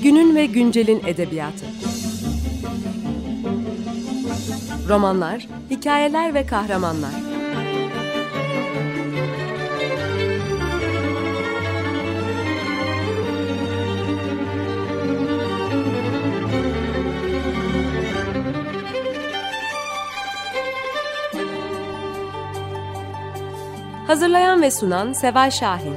Günün ve güncelin edebiyatı. Romanlar, hikayeler ve kahramanlar. Hazırlayan ve sunan Seval Şahin.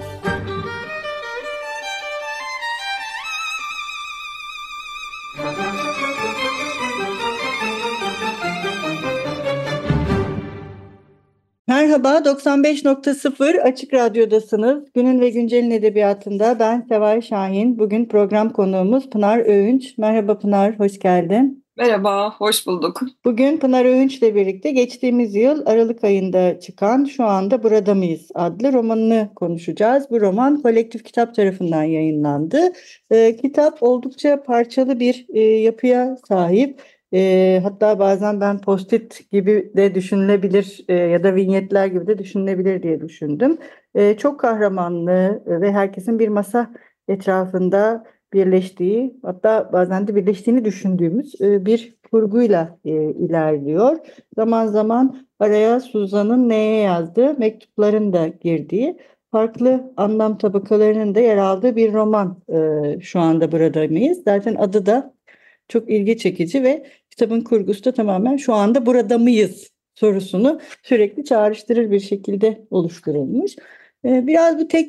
Merhaba, 95.0 Açık Radyo'dasınız. Günün ve Güncel'in edebiyatında ben Seval Şahin. Bugün program konuğumuz Pınar Öğünç. Merhaba Pınar, hoş geldin. Merhaba, hoş bulduk. Bugün Pınar Öğünç'le birlikte geçtiğimiz yıl Aralık ayında çıkan Şu Anda Burada Mıyız adlı romanını konuşacağız. Bu roman Kolektif Kitap tarafından yayınlandı. Kitap oldukça parçalı bir yapıya sahip. Hatta bazen ben post-it gibi de düşünülebilir ya da vinyetler gibi de düşünülebilir diye düşündüm. Çok kahramanlı ve herkesin bir masa etrafında birleştiği, hatta bazen de birleştiğini düşündüğümüz bir kurguyla ilerliyor. Zaman zaman araya Suzan'ın neye yazdığı mektupların da girdiği, farklı anlam tabakalarının da yer aldığı bir roman. Şu anda burada mıyız? Zaten adı da çok ilgi çekici ve kitabın kurgusu da tamamen şu anda burada mıyız sorusunu sürekli çağrıştırır bir şekilde oluşturulmuş. Biraz bu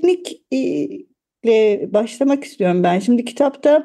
teknikle başlamak istiyorum ben. Şimdi kitapta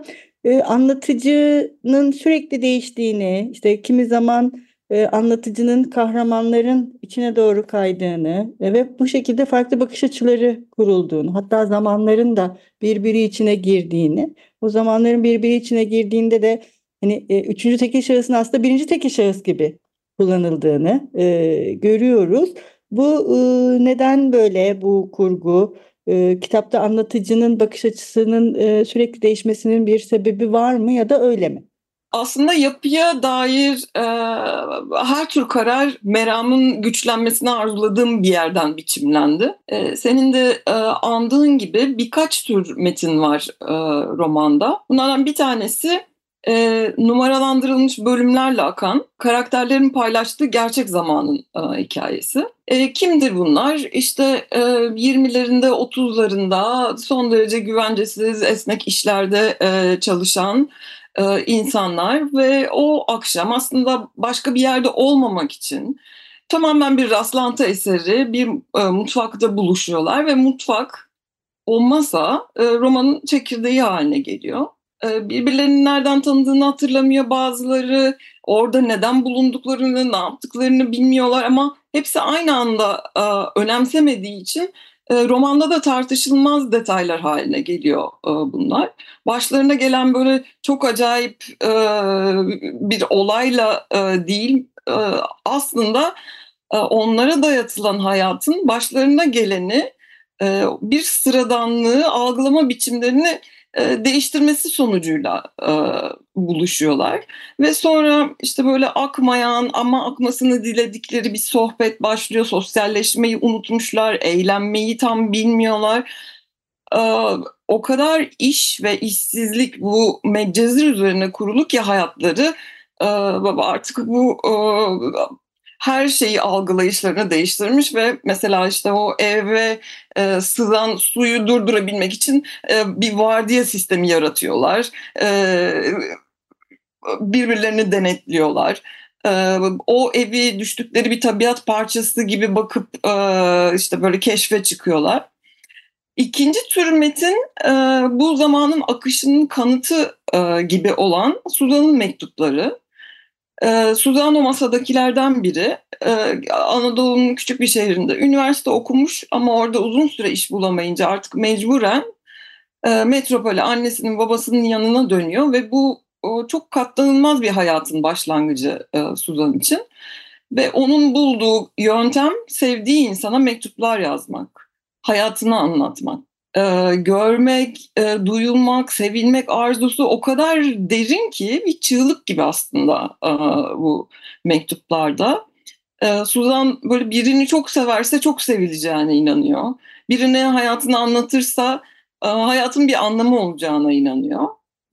anlatıcının sürekli değiştiğini, işte kimi zaman anlatıcının kahramanların içine doğru kaydığını ve bu şekilde farklı bakış açıları kurulduğunu, hatta zamanların da birbiri içine girdiğini, o zamanların birbiri içine girdiğinde de hani üçüncü tekil şahısın aslında birinci tekil şahıs gibi kullanıldığını görüyoruz. Bu neden böyle bu kurgu? Kitapta anlatıcının bakış açısının sürekli değişmesinin bir sebebi var mı ya da öyle mi? Aslında yapıya dair her tür karar meramın güçlenmesini arzuladığım bir yerden biçimlendi. Senin de andığın gibi birkaç tür metin var romanda. Bunlardan bir tanesi numaralandırılmış bölümlerle akan karakterlerin paylaştığı gerçek zamanın hikayesi. Kimdir bunlar? İşte 20'lerinde 30'larında son derece güvencesiz esnek işlerde çalışan insanlar ve o akşam aslında başka bir yerde olmamak için tamamen bir rastlantı eseri bir mutfakta buluşuyorlar ve mutfak o masa romanın çekirdeği haline geliyor. Birbirlerinin nereden tanıdığını hatırlamıyor bazıları, orada neden bulunduklarını, ne yaptıklarını bilmiyorlar ama hepsi aynı anda önemsemediği için romanda da tartışılmaz detaylar haline geliyor bunlar. Başlarına gelen böyle çok acayip bir olayla değil, aslında onlara dayatılan hayatın başlarına geleni bir sıradanlığı, algılama biçimlerini değiştirmesi sonucuyla buluşuyorlar. Ve sonra işte böyle akmayan ama akmasını diledikleri bir sohbet başlıyor. Sosyalleşmeyi unutmuşlar, eğlenmeyi tam bilmiyorlar. O kadar iş ve işsizlik bu medcezir üzerine kurulu ki hayatları artık bu her şeyi algılayışlarını değiştirmiş ve mesela işte o eve sızan suyu durdurabilmek için bir vardiya sistemi yaratıyorlar. Birbirlerini denetliyorlar. O evi düştükleri bir tabiat parçası gibi bakıp işte böyle keşfe çıkıyorlar. İkinci tür metin bu zamanın akışının kanıtı gibi olan Suzan'ın mektupları. Suzan o masadakilerden biri. Anadolu'nun küçük bir şehrinde üniversite okumuş ama orada uzun süre iş bulamayınca artık mecburen metropole annesinin babasının yanına dönüyor ve bu çok katlanılmaz bir hayatın başlangıcı Suzan için. Ve onun bulduğu yöntem sevdiği insana mektuplar yazmak, hayatını anlatmak. Görmek, duyulmak, sevilmek arzusu o kadar derin ki bir çığlık gibi aslında bu mektuplarda. Suzan böyle birini çok severse çok sevileceğine inanıyor. Birine hayatını anlatırsa hayatın bir anlamı olacağına inanıyor.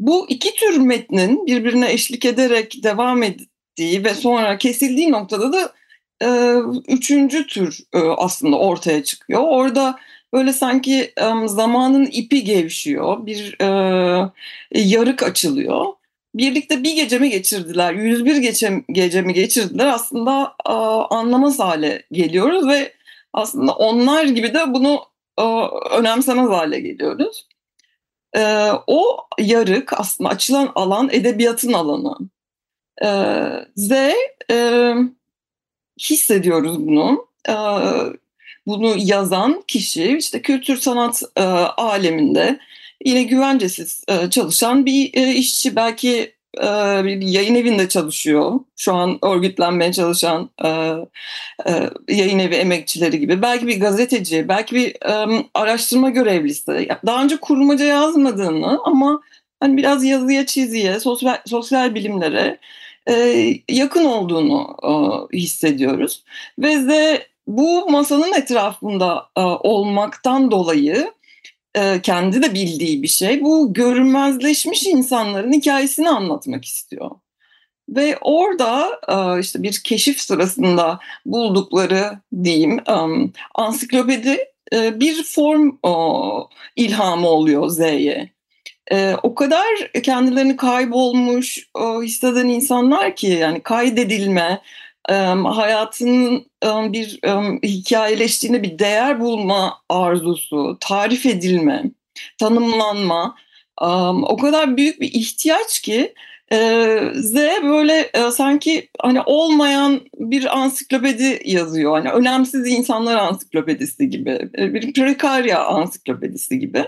Bu iki tür metnin birbirine eşlik ederek devam ettiği ve sonra kesildiği noktada da üçüncü tür aslında ortaya çıkıyor. Orada böyle sanki zamanın ipi gevşiyor, bir yarık açılıyor. Birlikte bir gece mi geçirdiler, 101 gece mi geçirdiler aslında anlamaz hale geliyoruz ve aslında onlar gibi de bunu önemsemez hale geliyoruz. O yarık aslında açılan alan edebiyatın alanı. Z e, hissediyoruz bunu. Bunu yazan kişi işte kültür sanat aleminde yine güvencesiz çalışan bir işçi, belki bir yayın evinde çalışıyor. Şu an örgütlenmeye çalışan yayın evi emekçileri gibi. Belki bir gazeteci, belki bir araştırma görevlisi. Daha önce kurmaca yazmadığını ama hani biraz yazıya, çiziye, sosyal bilimlere yakın olduğunu hissediyoruz. Ve de bu masanın etrafında olmaktan dolayı kendi de bildiği bir şey. Bu görünmezleşmiş insanların hikayesini anlatmak istiyor. Ve orada işte bir keşif sırasında buldukları diyeyim ansiklopedi bir form ilhamı oluyor Z'ye. O kadar kendilerini kaybolmuş hisseden insanlar ki, yani kaydedilme, hayatının bir hikayeleştiğinde bir değer bulma arzusu, tarif edilme, tanımlanma o kadar büyük bir ihtiyaç ki Z böyle sanki hani olmayan bir ansiklopedi yazıyor. Hani önemsiz insanlar ansiklopedisi gibi, bir prekarya ansiklopedisi gibi.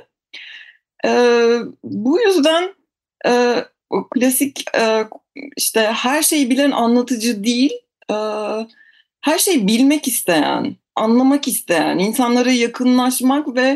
Bu yüzden o klasik işte her şeyi bilen anlatıcı değil, e, her şeyi bilmek isteyen, anlamak isteyen, insanlara yakınlaşmak ve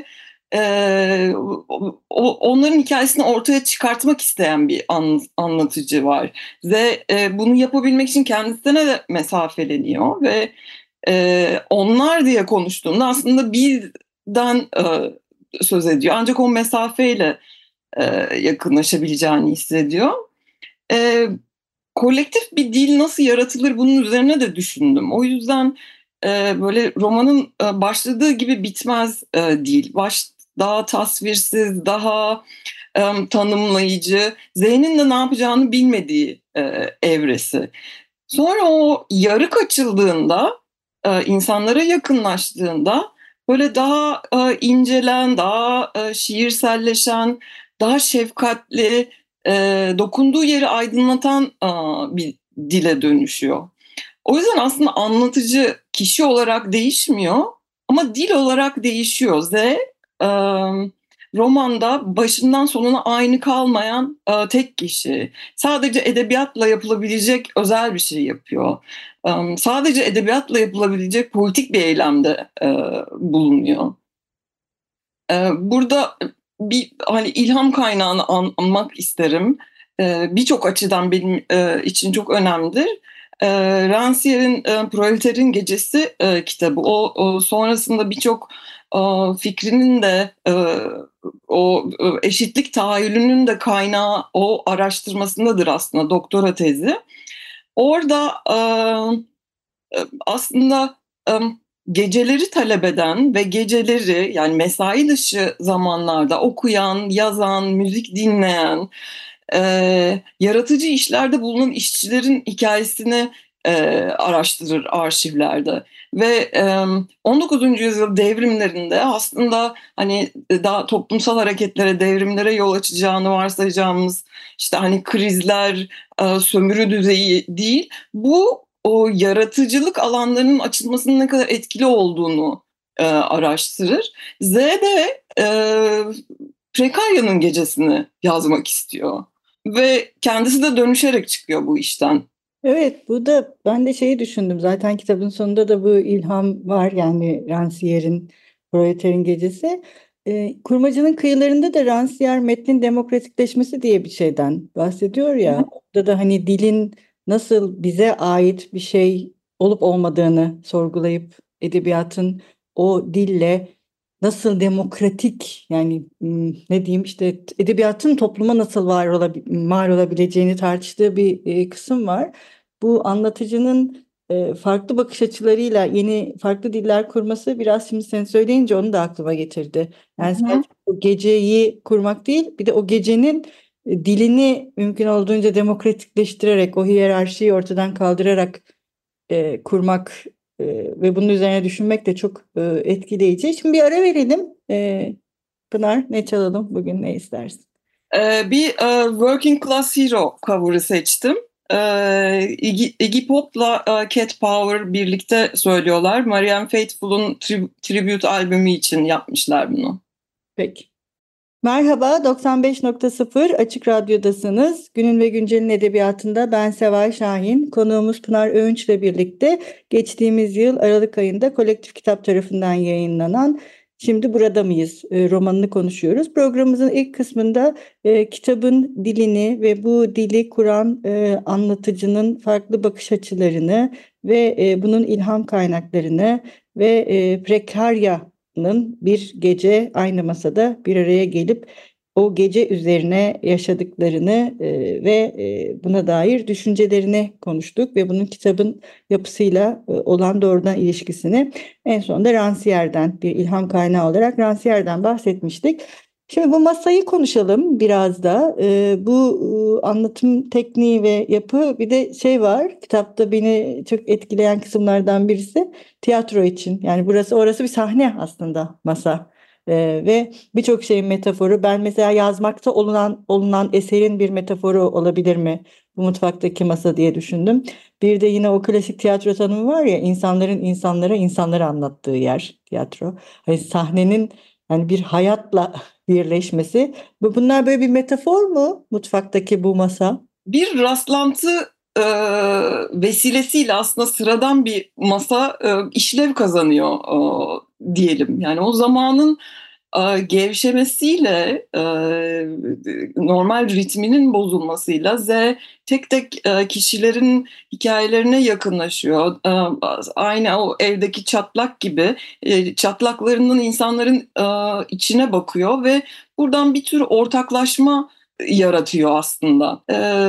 onların hikayesini ortaya çıkartmak isteyen bir anlatıcı var. Ve bunu yapabilmek için kendisine de mesafeleniyor ve onlar diye konuştuğunda aslında birden söz ediyor. Ancak o mesafeyle yakınlaşabileceğini hissediyor. E, Kolektif bir dil nasıl yaratılır, bunun üzerine de düşündüm. O yüzden böyle romanın başladığı gibi bitmez dil. Daha tasvirsiz, daha tanımlayıcı, Z'nin de ne yapacağını bilmediği evresi. Sonra o yarık açıldığında, insanlara yakınlaştığında böyle daha incelen, daha şiirselleşen, daha şefkatli, dokunduğu yeri aydınlatan bir dile dönüşüyor. O yüzden aslında anlatıcı kişi olarak değişmiyor ama dil olarak değişiyor. Romanda başından sonuna aynı kalmayan tek kişi. Sadece edebiyatla yapılabilecek özel bir şey yapıyor. Sadece edebiyatla yapılabilecek politik bir eylemde bulunuyor. Burada bir hani ilham kaynağını anmak isterim. Birçok açıdan benim için çok önemlidir. Rancière'in Proletary'in Gecesi kitabı. O sonrasında birçok fikrinin de o eşitlik tahayyülünün de kaynağı o araştırmasındadır aslında, doktora tezi. Orada aslında geceleri talep eden ve geceleri, yani mesai dışı zamanlarda okuyan, yazan, müzik dinleyen, yaratıcı işlerde bulunan işçilerin hikayesini araştırır arşivlerde. Ve 19. yüzyıl devrimlerinde aslında hani daha toplumsal hareketlere, devrimlere yol açacağını varsayacağımız işte hani krizler, sömürü düzeyi değil, bu o yaratıcılık alanlarının açılmasının ne kadar etkili olduğunu araştırır. Z de Prekarya'nın Gecesini yazmak istiyor. Ve kendisi de dönüşerek çıkıyor bu işten. Evet, bu da ben de şeyi düşündüm. Zaten kitabın sonunda da bu ilham var, yani Rancière'in Proleter'in Gecesi. Kurmaca'nın Kıyılarında da Rancière metnin demokratikleşmesi diye bir şeyden bahsediyor ya. Orada da hani dilin nasıl bize ait bir şey olup olmadığını sorgulayıp edebiyatın o dille nasıl demokratik, yani ne diyeyim, işte edebiyatın topluma nasıl var olabileceğini tartıştığı bir kısım var. Bu anlatıcının farklı bakış açılarıyla yeni farklı diller kurması biraz, şimdi sen söyleyince onu da aklıma getirdi. Hı Yani hı. sadece o geceyi kurmak değil, bir de o gecenin dilini mümkün olduğunca demokratikleştirerek, o hiyerarşiyi ortadan kaldırarak kurmak ve bunun üzerine düşünmek de çok etkileyici. Şimdi bir ara verelim. Pınar, ne çalalım bugün, ne istersin? Bir Working Class Hero cover'ı seçtim. Iggy Pop'la Cat Power birlikte söylüyorlar. Marianne Faithfull'un tribute albümü için yapmışlar bunu. Peki. Merhaba, 95.0 Açık Radyo'dasınız. Günün ve Güncel'in edebiyatında ben Seval Şahin. Konuğumuz Pınar Öğünç'le birlikte geçtiğimiz yıl Aralık ayında Kolektif Kitap tarafından yayınlanan Şimdi Burada Mıyız romanını konuşuyoruz. Programımızın ilk kısmında kitabın dilini ve bu dili kuran anlatıcının farklı bakış açılarını ve bunun ilham kaynaklarını ve Prekarya'nın bir gece aynı masada bir araya gelip o gece üzerine yaşadıklarını ve buna dair düşüncelerini konuştuk ve bunun kitabın yapısıyla olan doğrudan ilişkisini, en sonunda Rancière'den, bir ilham kaynağı olarak Rancière'den bahsetmiştik. Şimdi bu masayı konuşalım biraz da. Bu anlatım tekniği ve yapı, bir de şey var. Kitapta beni çok etkileyen kısımlardan birisi tiyatro için. Yani orası bir sahne aslında, masa. Ve birçok şeyin metaforu. Ben mesela yazmakta olunan eserin bir metaforu olabilir mi bu mutfaktaki masa diye düşündüm. Bir de yine o klasik tiyatro tanımı var ya, insanların insanları anlattığı yer tiyatro. Hani sahnenin, yani bir hayatla birleşmesi. Bunlar böyle bir metafor mu mutfaktaki bu masa? Bir rastlantı vesilesiyle aslında sıradan bir masa işlev kazanıyor diyelim. Yani o zamanın gevşemesiyle, normal ritminin bozulmasıyla tek tek kişilerin hikayelerine yakınlaşıyor. Aynı o evdeki çatlak gibi çatlaklarının insanların içine bakıyor ve buradan bir tür ortaklaşma yaratıyor aslında.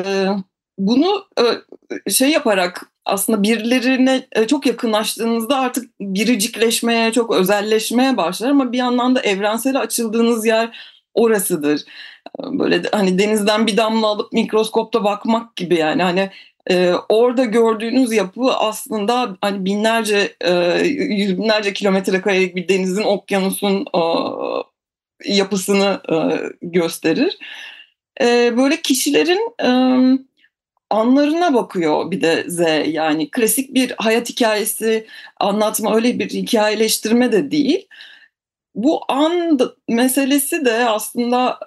Bunu şey yaparak aslında birilerine çok yakınlaştığınızda artık biricikleşmeye, çok özelleşmeye başlar ama bir yandan da evrensel açıldığınız yer orasıdır. Böyle hani denizden bir damla alıp mikroskopta bakmak gibi, yani hani orada gördüğünüz yapı aslında hani binlerce, yüz binlerce kilometre karelik bir denizin, okyanusun yapısını gösterir. Böyle kişilerin anlarına bakıyor bir de Z. Yani klasik bir hayat hikayesi anlatma, öyle bir hikayeleştirme de değil. Bu meselesi de aslında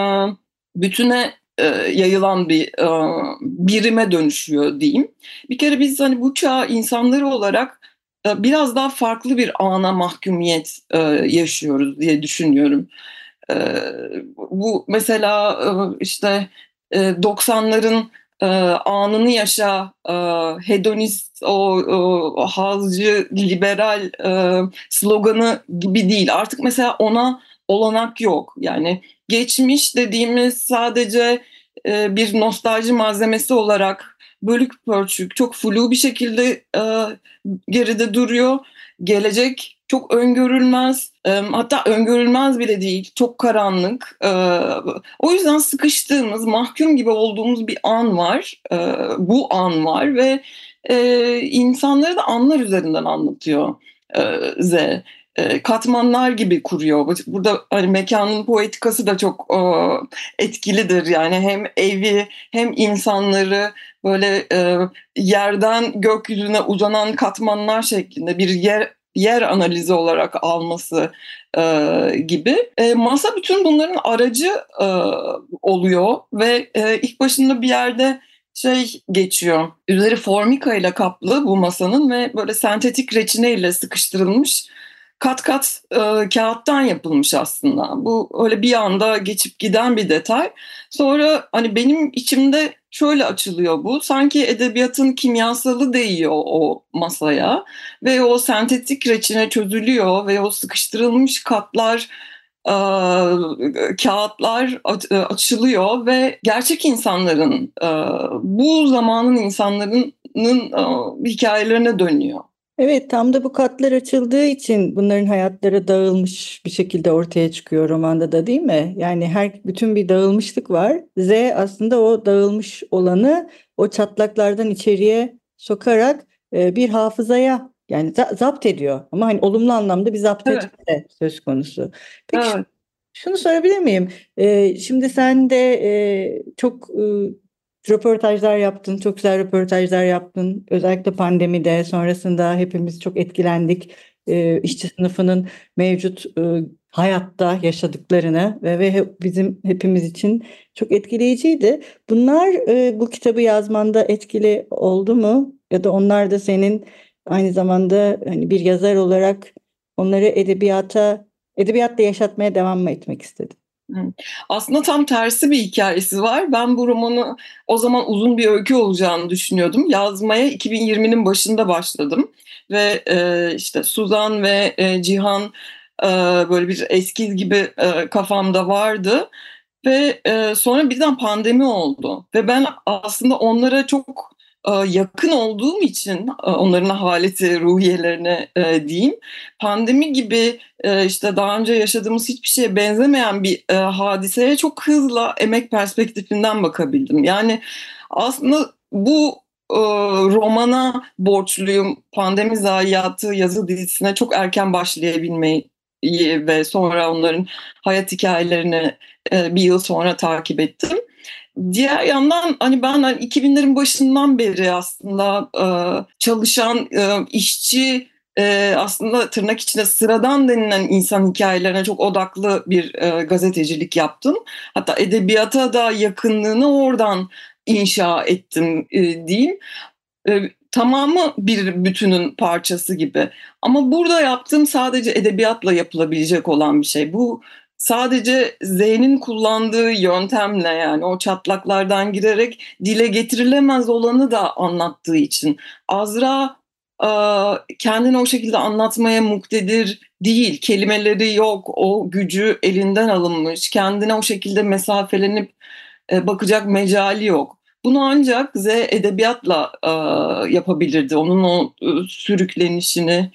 bütüne yayılan bir birime dönüşüyor diyeyim. Bir kere biz hani bu çağ insanları olarak biraz daha farklı bir ana mahkumiyet yaşıyoruz diye düşünüyorum. E, Bu mesela işte 90'ların anını yaşa, hedonist, o hazcı, liberal sloganı gibi değil. Artık mesela ona olanak yok. Yani geçmiş dediğimiz sadece bir nostalji malzemesi olarak bölük pörçük, çok flu bir şekilde geride duruyor. Gelecek çok öngörülmez, hatta öngörülmez bile değil, çok karanlık. O yüzden sıkıştığımız, mahkum gibi olduğumuz bir an var, bu an var ve insanları da anlar üzerinden anlatıyor Z. Katmanlar gibi kuruyor. Burada hani mekanın poetikası da çok etkilidir. Yani hem evi hem insanları böyle yerden gökyüzüne uzanan katmanlar şeklinde bir yer analizi olarak alması gibi. Masa bütün bunların aracı oluyor ve ilk başında bir yerde şey geçiyor. Üzeri formika ile kaplı bu masanın ve böyle sentetik reçine ile sıkıştırılmış kat kat kağıttan yapılmış aslında. Bu öyle bir anda geçip giden bir detay. Sonra hani benim içimde şöyle açılıyor bu. Sanki edebiyatın kimyasalı değiyor o masaya ve o sentetik reçine çözülüyor ve o sıkıştırılmış katlar, kağıtlar açılıyor ve gerçek insanların, bu zamanın insanların hikayelerine dönüyor. Evet, tam da bu katlar açıldığı için bunların hayatları dağılmış bir şekilde ortaya çıkıyor romanda da, değil mi? Yani bütün bir dağılmışlık var. Z aslında o dağılmış olanı o çatlaklardan içeriye sokarak bir hafızaya, yani zapt ediyor. Ama hani olumlu anlamda bir zapt Evet, etme de söz konusu. Peki evet. şunu sorabilir miyim? Şimdi sen de çok röportajlar yaptın, çok güzel röportajlar yaptın. Özellikle pandemide, sonrasında hepimiz çok etkilendik. İşçi sınıfının mevcut hayatta yaşadıklarını ve bizim hepimiz için çok etkileyiciydi. Bunlar bu kitabı yazmanda etkili oldu mu? Ya da onlar da senin aynı zamanda hani bir yazar olarak onları edebiyatla yaşatmaya devam mı etmek istedin? Aslında tam tersi bir hikayesi var. Ben bu romanı o zaman uzun bir öykü olacağını düşünüyordum. Yazmaya 2020'nin başında başladım. Ve işte Suzan ve Cihan, böyle bir eskiz gibi kafamda vardı. Ve sonra birden pandemi oldu. Ve ben aslında onlara çok yakın olduğum için, onların haleti, ruhiyelerine diyeyim. Pandemi gibi işte daha önce yaşadığımız hiçbir şeye benzemeyen bir hadiseye çok hızla emek perspektifinden bakabildim. Yani aslında bu romana borçluyum. Pandemi zayiatı yazı dizisine çok erken başlayabilmeyi ve sonra onların hayat hikayelerini bir yıl sonra takip ettim. Diğer yandan hani ben hani 2000'lerin başından beri aslında çalışan, işçi, aslında tırnak içinde sıradan denilen insan hikayelerine çok odaklı bir gazetecilik yaptım. Hatta edebiyata da yakınlığını oradan inşa ettim diyeyim. Tamamı bir bütünün parçası gibi. Ama burada yaptığım sadece edebiyatla yapılabilecek olan bir şey. Bu sadece Z'nin kullandığı yöntemle, yani o çatlaklardan girerek dile getirilemez olanı da anlattığı için. Azra kendini o şekilde anlatmaya muktedir değil. Kelimeleri yok. O gücü elinden alınmış. Kendine o şekilde mesafelenip bakacak mecali yok. Bunu ancak Z edebiyatla yapabilirdi. Onun o sürüklenişini,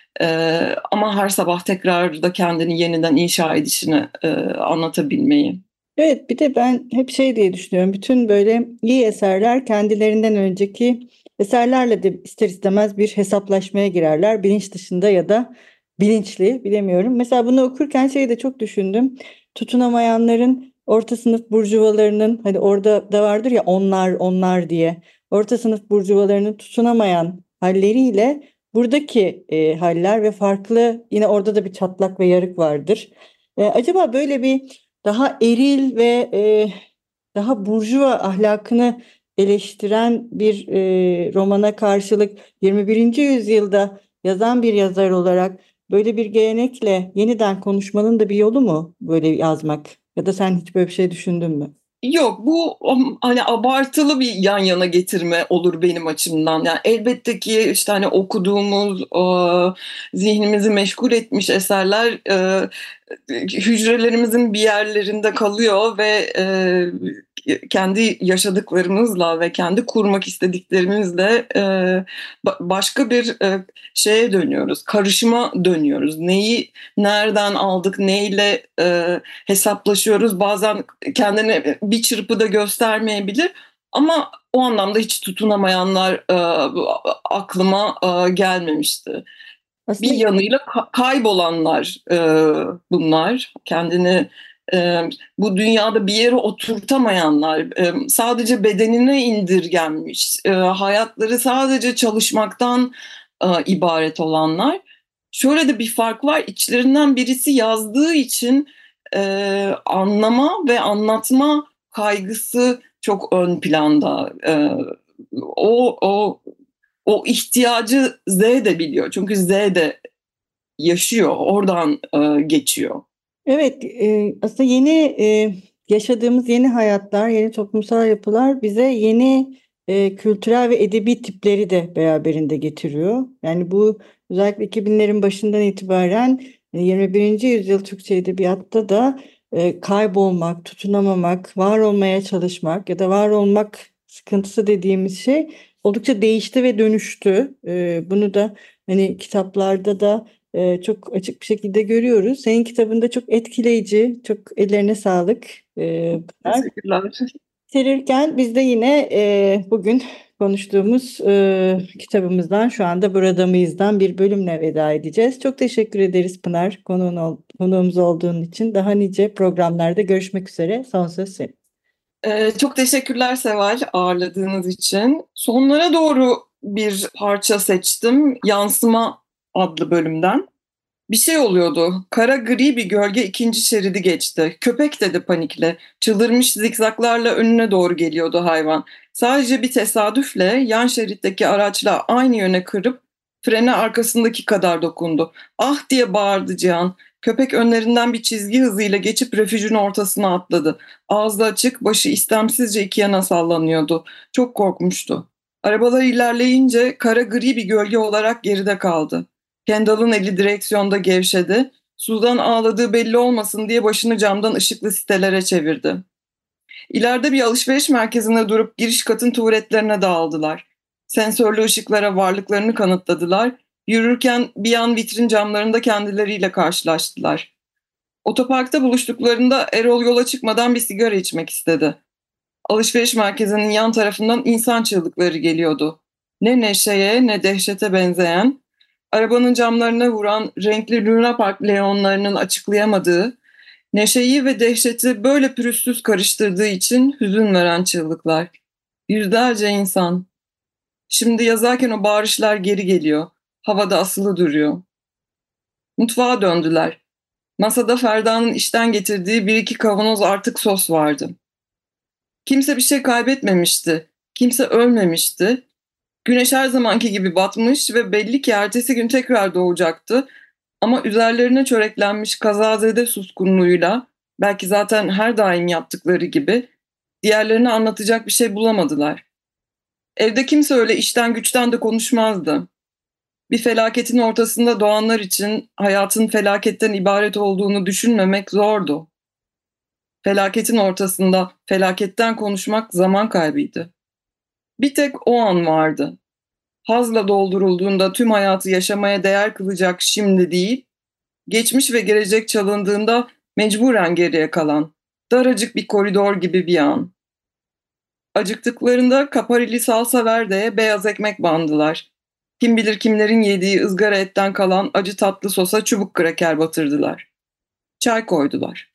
ama her sabah tekrar da kendini yeniden inşa edişini anlatabilmeyi. Evet, bir de ben hep şey diye düşünüyorum. Bütün böyle iyi eserler kendilerinden önceki eserlerle de ister istemez bir hesaplaşmaya girerler. Bilinç dışında ya da bilinçli, bilemiyorum. Mesela bunu okurken şeyi de çok düşündüm. Tutunamayanların, orta sınıf burjuvalarının, hani orada da vardır ya onlar diye. Orta sınıf burjuvalarının tutunamayan halleriyle buradaki haller ve farklı, yine orada da bir çatlak ve yarık vardır. Acaba böyle bir daha eril ve daha burjuva ahlakını eleştiren bir romana karşılık 21. yüzyılda yazan bir yazar olarak böyle bir gelenekle yeniden konuşmanın da bir yolu mu böyle yazmak? Ya da sen hiç böyle bir şey düşündün mü? Yok, bu hani abartılı bir yan yana getirme olur benim açımdan. Yani elbette ki işte hani okuduğumuz, zihnimizi meşgul etmiş eserler hücrelerimizin bir yerlerinde kalıyor ve kendi yaşadıklarımızla ve kendi kurmak istediklerimizle başka bir şeye dönüyoruz, karışıma dönüyoruz. Neyi nereden aldık, neyle hesaplaşıyoruz. Bazen kendini bir çırpıda göstermeyebilir ama o anlamda hiç tutunamayanlar aklıma gelmemişti. Bir Aslında yanıyla kaybolanlar bunlar. Kendini bu dünyada bir yere oturtamayanlar, sadece bedenine indirgenmiş, hayatları sadece çalışmaktan ibaret olanlar. Şöyle de bir fark var. İçlerinden birisi yazdığı için anlama ve anlatma kaygısı çok ön planda. O o ihtiyacı Z de biliyor. Çünkü Z de yaşıyor, oradan geçiyor. Evet, aslında yeni yaşadığımız yeni hayatlar, yeni toplumsal yapılar bize yeni kültürel ve edebi tipleri de beraberinde getiriyor. Yani bu özellikle 2000'lerin başından itibaren 21. yüzyıl Türkçe edebiyatta da kaybolmak, tutunamamak, var olmaya çalışmak ya da var olmak sıkıntısı dediğimiz şey oldukça değişti ve dönüştü. Bunu da hani kitaplarda da çok açık bir şekilde görüyoruz. Senin kitabında çok etkileyici, çok ellerine sağlık. Pınar. Teşekkürler. Bitirirken biz de yine bugün konuştuğumuz kitabımızdan şu anda Burada mıyız'dan bir bölümle veda edeceğiz. Çok teşekkür ederiz Pınar konuğumuz olduğun için. Daha nice programlarda görüşmek üzere. Son söz senin. Çok teşekkürler Seval, ağırladığınız için. Sonlara doğru bir parça seçtim. Yansıma adlı bölümden. Bir şey oluyordu. Kara gri bir gölge ikinci şeridi geçti. Köpek dedi panikle. Çıldırmış zikzaklarla önüne doğru geliyordu hayvan. Sadece bir tesadüfle yan şeritteki araçla aynı yöne kırıp frene arkasındaki kadar dokundu. Ah diye bağırdı Cihan. Köpek önlerinden bir çizgi hızıyla geçip refüjün ortasına atladı. Ağzı açık, başı istemsizce iki yana sallanıyordu. Çok korkmuştu. Arabalar ilerleyince kara gri bir gölge olarak geride kaldı. Kendall'ın eli direksiyonda gevşedi. Suzan ağladığı belli olmasın diye başını camdan ışıklı sitelere çevirdi. İleride bir alışveriş merkezine durup giriş katın tuvaletlerine dağıldılar. Sensörlü ışıklara varlıklarını kanıtladılar. Yürürken bir an vitrin camlarında kendileriyle karşılaştılar. Otoparkta buluştuklarında Erol yola çıkmadan bir sigara içmek istedi. Alışveriş merkezinin yan tarafından insan çığlıkları geliyordu. Ne neşeye ne dehşete benzeyen, arabanın camlarına vuran renkli Luna Park leonlarının açıklayamadığı, neşeyi ve dehşeti böyle pürüzsüz karıştırdığı için hüzün veren çığlıklar. Yüzlerce insan. Şimdi yazarken o bağırışlar geri geliyor. Havada asılı duruyor. Mutfağa döndüler. Masada Ferda'nın işten getirdiği bir iki kavanoz artık sos vardı. Kimse bir şey kaybetmemişti. Kimse ölmemişti. Güneş her zamanki gibi batmış ve belli ki ertesi gün tekrar doğacaktı. Ama üzerlerine çöreklenmiş kazazede suskunluğuyla, belki zaten her daim yaptıkları gibi, diğerlerine anlatacak bir şey bulamadılar. Evde kimse öyle işten güçten de konuşmazdı. Bir felaketin ortasında doğanlar için hayatın felaketten ibaret olduğunu düşünmemek zordu. Felaketin ortasında felaketten konuşmak zaman kaybıydı. Bir tek o an vardı. Hazla doldurulduğunda tüm hayatı yaşamaya değer kılacak şimdi değil, geçmiş ve gelecek çalındığında mecburen geriye kalan, daracık bir koridor gibi bir an. Acıktıklarında kaparili salsa verde'ye beyaz ekmek bandılar. Kim bilir kimlerin yediği ızgara etten kalan acı tatlı sosa çubuk kraker batırdılar. Çay koydular.